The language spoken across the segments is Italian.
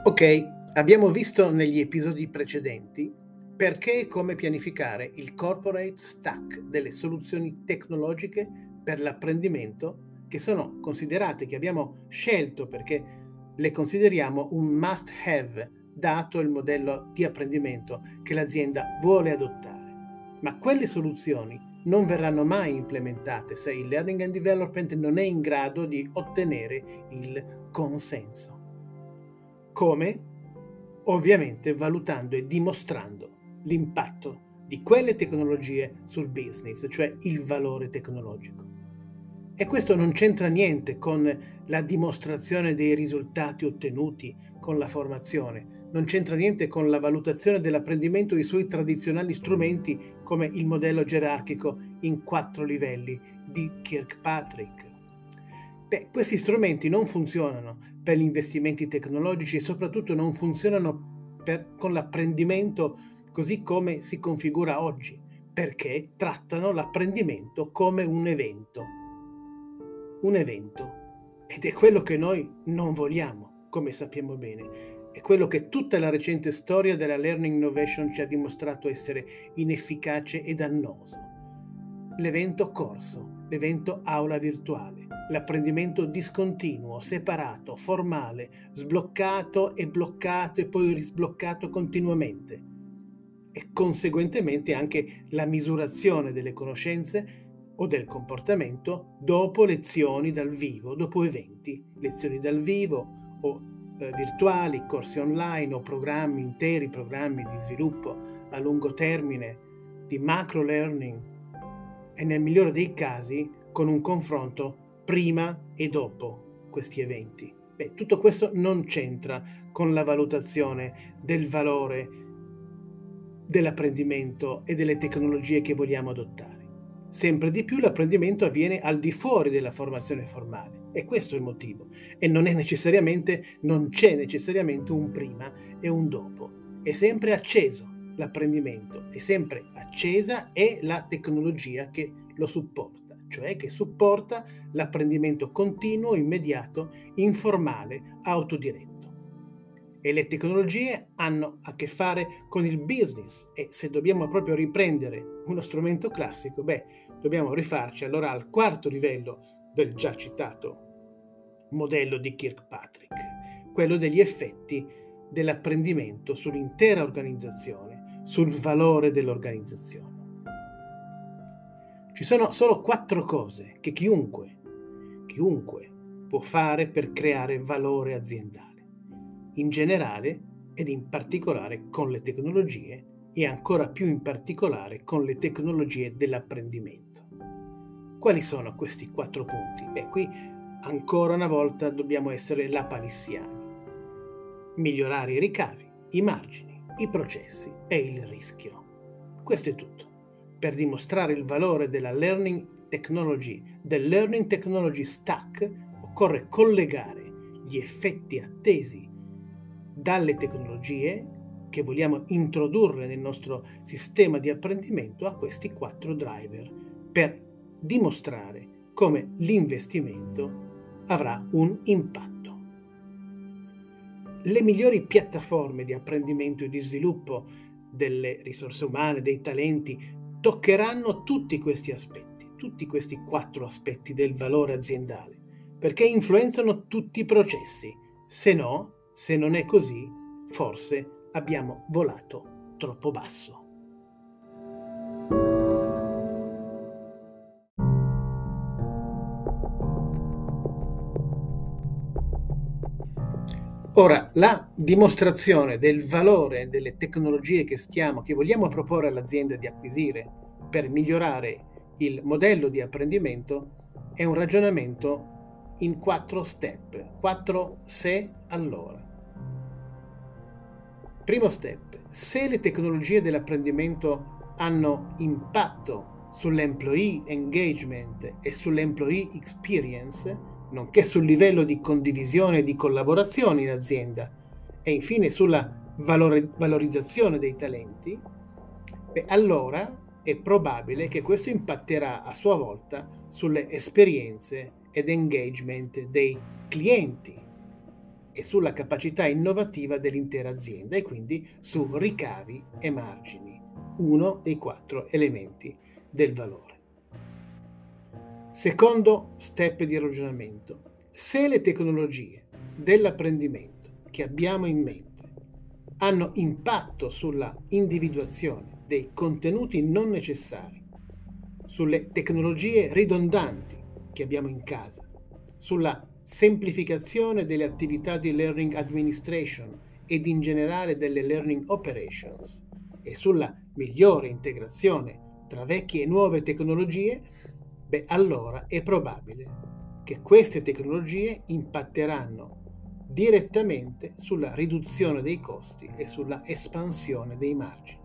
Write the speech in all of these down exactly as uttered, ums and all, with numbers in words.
Ok, abbiamo visto negli episodi precedenti perché e come pianificare il corporate stack delle soluzioni tecnologiche per l'apprendimento che sono considerate, che abbiamo scelto perché le consideriamo un must have dato il modello di apprendimento che l'azienda vuole adottare. Ma quelle soluzioni non verranno mai implementate se il learning and development non è in grado di ottenere il consenso. Come? Ovviamente valutando e dimostrando l'impatto di quelle tecnologie sul business, cioè il valore tecnologico. E questo non c'entra niente con la dimostrazione dei risultati ottenuti con la formazione, non c'entra niente con la valutazione dell'apprendimento dei suoi tradizionali strumenti come il modello gerarchico in quattro livelli di Kirkpatrick. Beh, questi strumenti non funzionano per gli investimenti tecnologici e soprattutto non funzionano per, con l'apprendimento così come si configura oggi, perché trattano l'apprendimento come un evento. Un evento. Ed è quello che noi non vogliamo, come sappiamo bene. È quello che tutta la recente storia della learning innovation ci ha dimostrato essere inefficace e dannoso. L'evento corso, l'evento aula virtuale, l'apprendimento discontinuo, separato, formale, sbloccato e bloccato e poi risbloccato continuamente. E conseguentemente anche la misurazione delle conoscenze o del comportamento dopo lezioni dal vivo, dopo eventi, lezioni dal vivo o eh, virtuali, corsi online o programmi interi, programmi di sviluppo a lungo termine, di macro learning e nel migliore dei casi con un confronto prima e dopo questi eventi. Beh, tutto questo non c'entra con la valutazione del valore dell'apprendimento e delle tecnologie che vogliamo adottare. Sempre di più l'apprendimento avviene al di fuori della formazione formale e questo è il motivo. E non è necessariamente, non c'è necessariamente un prima e un dopo. È sempre acceso l'apprendimento, è sempre accesa è la tecnologia che lo supporta, cioè che supporta l'apprendimento continuo, immediato, informale, autodiretto. E le tecnologie hanno a che fare con il business e se dobbiamo proprio riprendere uno strumento classico, beh, dobbiamo rifarci allora al quarto livello del già citato modello di Kirkpatrick, quello degli effetti dell'apprendimento sull'intera organizzazione, sul valore dell'organizzazione. Ci sono solo quattro cose che chiunque, chiunque può fare per creare valore aziendale. In generale ed in particolare con le tecnologie e ancora più in particolare con le tecnologie dell'apprendimento. Quali sono questi quattro punti? Beh, qui ancora una volta dobbiamo essere lapalissiani. Migliorare i ricavi, i margini, i processi e il rischio. Questo è tutto. Per dimostrare il valore della learning technology, del learning technology stack, occorre collegare gli effetti attesi dalle tecnologie che vogliamo introdurre nel nostro sistema di apprendimento a questi quattro driver per dimostrare come l'investimento avrà un impatto. Le migliori piattaforme di apprendimento e di sviluppo delle risorse umane, dei talenti, toccheranno tutti questi aspetti, tutti questi quattro aspetti del valore aziendale, perché influenzano tutti i processi, se no Se non è così, forse abbiamo volato troppo basso. Ora, la dimostrazione del valore delle tecnologie che stiamo, che vogliamo proporre all'azienda di acquisire per migliorare il modello di apprendimento è un ragionamento in quattro step, quattro se allora. Primo step, se le tecnologie dell'apprendimento hanno impatto sull'employee engagement e sull'employee experience, nonché sul livello di condivisione e di collaborazione in azienda e infine sulla valore, valorizzazione dei talenti, beh, allora è probabile che questo impatterà a sua volta sulle esperienze ed engagement dei clienti. e sulla capacità innovativa dell'intera azienda e quindi su ricavi e margini, uno dei quattro elementi del valore. Secondo step di ragionamento: se le tecnologie dell'apprendimento che abbiamo in mente hanno impatto sulla individuazione dei contenuti non necessari, sulle tecnologie ridondanti che abbiamo in casa, sulla semplificazione delle attività di learning administration ed in generale delle learning operations e sulla migliore integrazione tra vecchie e nuove tecnologie, beh, allora è probabile che queste tecnologie impatteranno direttamente sulla riduzione dei costi e sulla espansione dei margini.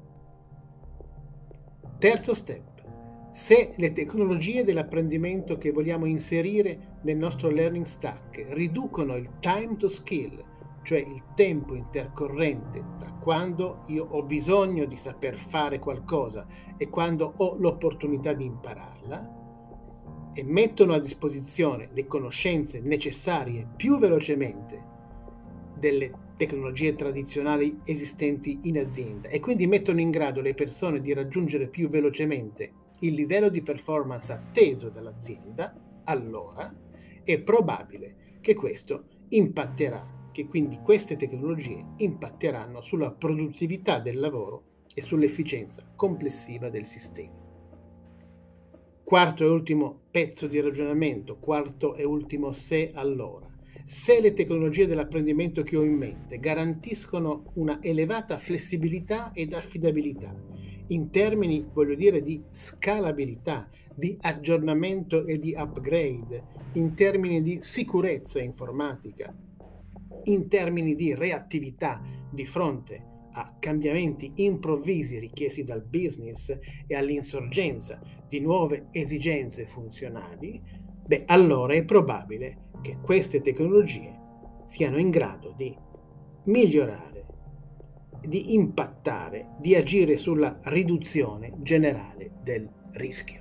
Terzo step: se le tecnologie dell'apprendimento che vogliamo inserire nel nostro learning stack riducono il time to skill, cioè il tempo intercorrente tra quando io ho bisogno di saper fare qualcosa e quando ho l'opportunità di impararla, e mettono a disposizione le conoscenze necessarie più velocemente delle tecnologie tradizionali esistenti in azienda e quindi mettono in grado le persone di raggiungere più velocemente il livello di performance atteso dall'azienda, allora è probabile che questo impatterà, che quindi queste tecnologie impatteranno sulla produttività del lavoro e sull'efficienza complessiva del sistema. Quarto e ultimo pezzo di ragionamento, quarto e ultimo se allora. Se le tecnologie dell'apprendimento che ho in mente garantiscono una elevata flessibilità ed affidabilità, in termini, voglio dire, di scalabilità, di aggiornamento e di upgrade, in termini di sicurezza informatica, in termini di reattività di fronte a cambiamenti improvvisi richiesti dal business e all'insorgenza di nuove esigenze funzionali, beh, allora è probabile che queste tecnologie siano in grado di migliorare, di impattare, di agire sulla riduzione generale del rischio.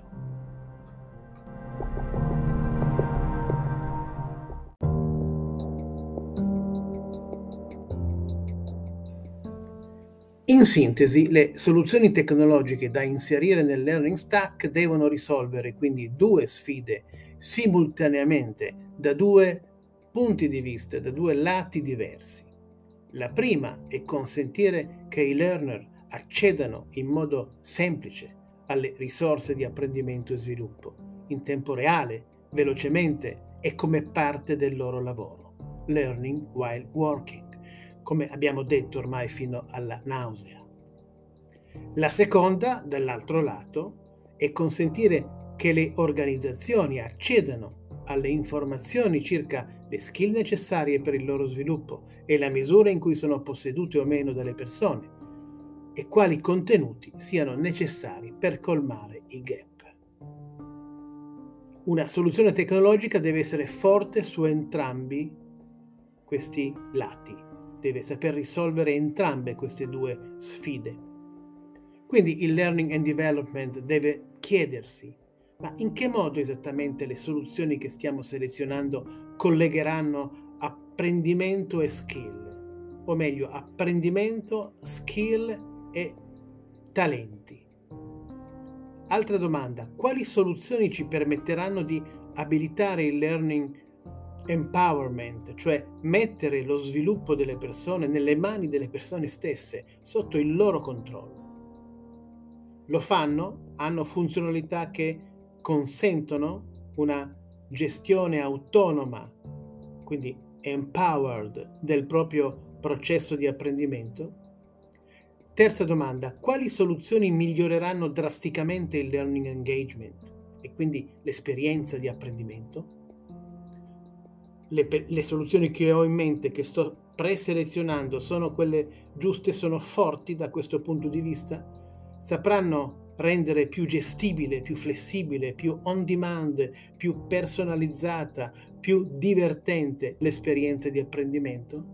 In sintesi, le soluzioni tecnologiche da inserire nel learning stack devono risolvere quindi due sfide simultaneamente da due punti di vista, da due lati diversi. La prima è consentire che i learner accedano in modo semplice alle risorse di apprendimento e sviluppo, in tempo reale, velocemente e come parte del loro lavoro. Learning while working, come abbiamo detto ormai fino alla nausea. La seconda, dall'altro lato, è consentire che le organizzazioni accedano alle informazioni circa le skill necessarie per il loro sviluppo e la misura in cui sono possedute o meno dalle persone e quali contenuti siano necessari per colmare i gap. Una soluzione tecnologica deve essere forte su entrambi questi lati, deve saper risolvere entrambe queste due sfide. Quindi il learning and development deve chiedersi: ma in che modo esattamente le soluzioni che stiamo selezionando collegheranno apprendimento e skill? O meglio, apprendimento, skill e talenti. Altra domanda: quali soluzioni ci permetteranno di abilitare il learning empowerment, cioè mettere lo sviluppo delle persone nelle mani delle persone stesse, sotto il loro controllo? Lo fanno? Hanno funzionalità che consentono una gestione autonoma, quindi empowered, del proprio processo di apprendimento? Terza domanda: quali soluzioni miglioreranno drasticamente il learning engagement e quindi l'esperienza di apprendimento? Le, le soluzioni che ho in mente, che sto preselezionando, sono quelle giuste, sono forti da questo punto di vista? Sapranno rendere più gestibile, più flessibile, più on demand, più personalizzata, più divertente l'esperienza di apprendimento?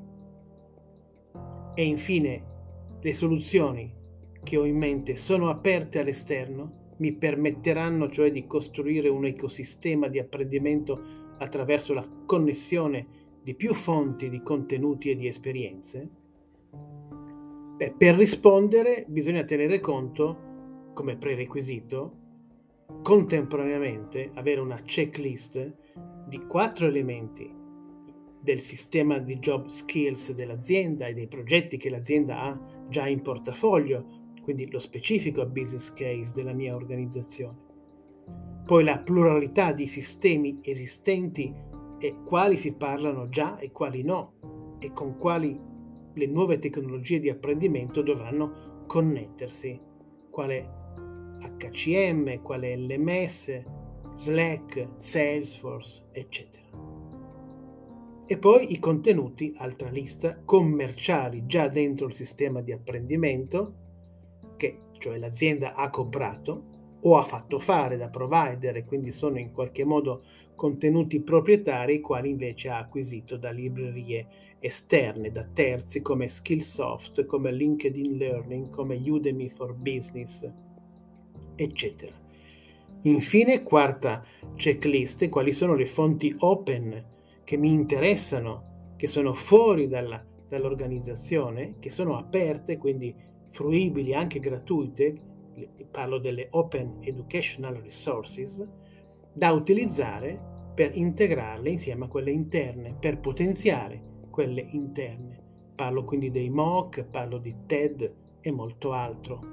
E infine, le soluzioni che ho in mente sono aperte all'esterno? Mi permetteranno cioè di costruire un ecosistema di apprendimento attraverso la connessione di più fonti di contenuti e di esperienze? Beh, per rispondere bisogna tenere conto, come prerequisito, contemporaneamente avere una checklist di quattro elementi del sistema di job skills dell'azienda e dei progetti che l'azienda ha già in portafoglio, quindi lo specifico business case della mia organizzazione. Poi la pluralità di sistemi esistenti e quali si parlano già e quali no, e con quali le nuove tecnologie di apprendimento dovranno connettersi, quale H C M, quale L M S, Slack, Salesforce, eccetera. E poi i contenuti, altra lista, commerciali già dentro il sistema di apprendimento, che cioè l'azienda ha comprato o ha fatto fare da provider e quindi sono in qualche modo contenuti proprietari, quali invece ha acquisito da librerie esterne, da terzi come Skillsoft, come LinkedIn Learning, come Udemy for Business, eccetera. Infine, quarta checklist, quali sono le fonti open che mi interessano, che sono fuori dalla, dall'organizzazione, che sono aperte, quindi fruibili, anche gratuite, parlo delle Open Educational Resources, da utilizzare per integrarle insieme a quelle interne, per potenziare quelle interne. Parlo quindi dei M O O C, parlo di TED e molto altro.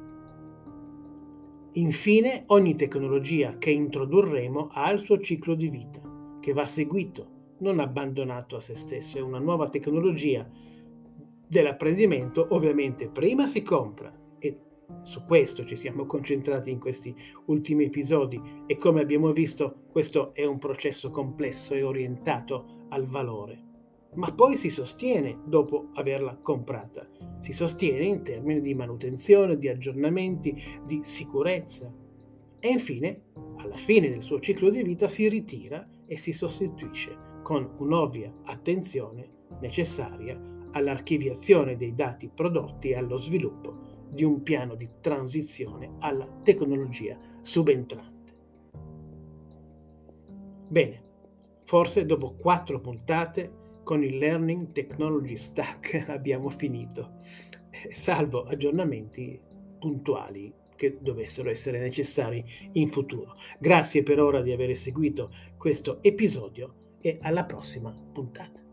Infine, ogni tecnologia che introdurremo ha il suo ciclo di vita, che va seguito, non abbandonato a se stesso. È una nuova tecnologia dell'apprendimento, ovviamente prima si compra, e su questo ci siamo concentrati in questi ultimi episodi, e come abbiamo visto questo è un processo complesso e orientato al valore, ma poi si sostiene dopo averla comprata, si sostiene in termini di manutenzione, di aggiornamenti, di sicurezza, e infine alla fine del suo ciclo di vita si ritira e si sostituisce con un'ovvia attenzione necessaria all'archiviazione dei dati prodotti e allo sviluppo di un piano di transizione alla tecnologia subentrante. Bene, forse dopo quattro puntate con il Learning Technology Stack abbiamo finito, salvo aggiornamenti puntuali che dovessero essere necessari in futuro. Grazie per ora di aver seguito questo episodio e alla prossima puntata.